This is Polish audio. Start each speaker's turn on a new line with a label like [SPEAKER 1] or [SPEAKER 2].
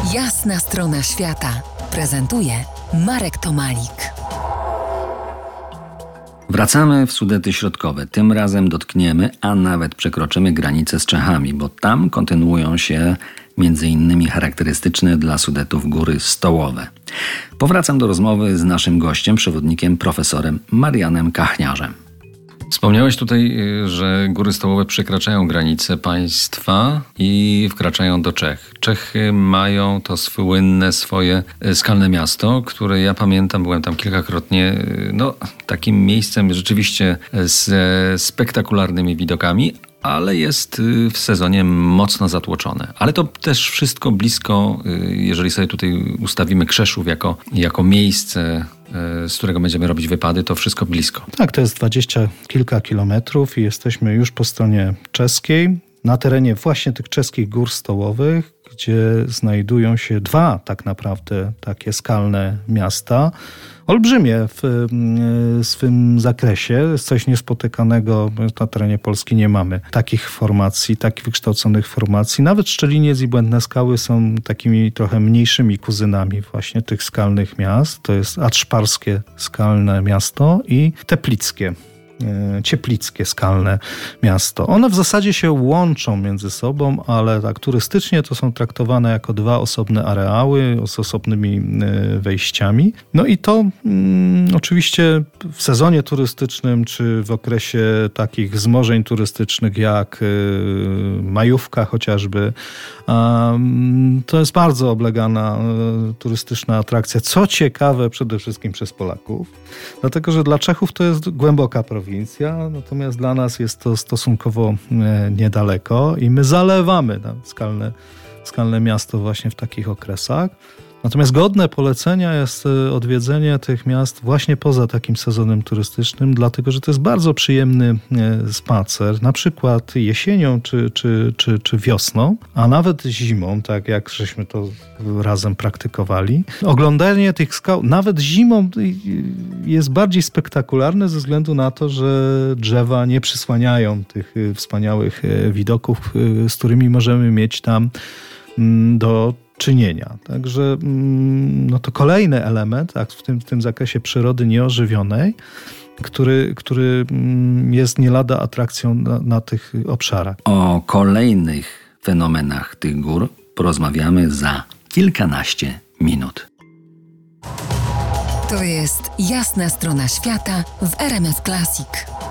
[SPEAKER 1] Jasna strona świata prezentuje Marek Tomalik.
[SPEAKER 2] Wracamy w Sudety Środkowe. Tym razem dotkniemy, a nawet przekroczymy granicę z Czechami, bo tam kontynuują się między innymi charakterystyczne dla Sudetów góry stołowe. Powracam do rozmowy z naszym gościem, przewodnikiem profesorem Marianem Kachniarzem. Wspomniałeś tutaj, że góry stołowe przekraczają granice państwa i wkraczają do Czech. Czechy mają to słynne swoje skalne miasto, które ja pamiętam, byłem tam kilkakrotnie, takim miejscem rzeczywiście z spektakularnymi widokami, ale jest w sezonie mocno zatłoczone. Ale to też wszystko blisko, jeżeli sobie tutaj ustawimy Krzeszów jako miejsce, z którego będziemy robić wypady, to wszystko blisko.
[SPEAKER 3] Tak, to jest 20 kilka kilometrów i jesteśmy już po stronie czeskiej, na terenie właśnie tych czeskich gór stołowych, gdzie znajdują się dwa tak naprawdę takie skalne miasta, olbrzymie w swym zakresie. Jest coś niespotykanego, na terenie Polski nie mamy takich formacji, takich wykształconych formacji. Nawet Szczeliniec i Błędne Skały są takimi trochę mniejszymi kuzynami właśnie tych skalnych miast. To jest Aczparskie skalne miasto i Teplickie. Cieplickie skalne miasto. One w zasadzie się łączą między sobą, ale tak turystycznie to są traktowane jako dwa osobne areały z osobnymi wejściami. No i to oczywiście w sezonie turystycznym, czy w okresie takich wzmożeń turystycznych jak majówka chociażby, to jest bardzo oblegana turystyczna atrakcja. Co ciekawe, przede wszystkim przez Polaków, dlatego że dla Czechów to jest głęboka prowincja, natomiast dla nas jest to stosunkowo niedaleko i my zalewamy skalne miasto właśnie w takich okresach. Natomiast godne polecenia jest odwiedzenie tych miast właśnie poza takim sezonem turystycznym, dlatego że to jest bardzo przyjemny spacer, na przykład jesienią czy wiosną, a nawet zimą, tak jak żeśmy to razem praktykowali. Oglądanie tych skał nawet zimą jest bardziej spektakularne ze względu na to, że drzewa nie przysłaniają tych wspaniałych widoków, z którymi możemy mieć tam do czynienia. Także to kolejny element w tym zakresie przyrody nieożywionej, który jest nie lada atrakcją na tych obszarach.
[SPEAKER 2] O kolejnych fenomenach tych gór porozmawiamy za kilkanaście minut.
[SPEAKER 1] To jest Jasna strona świata w RMF Classic.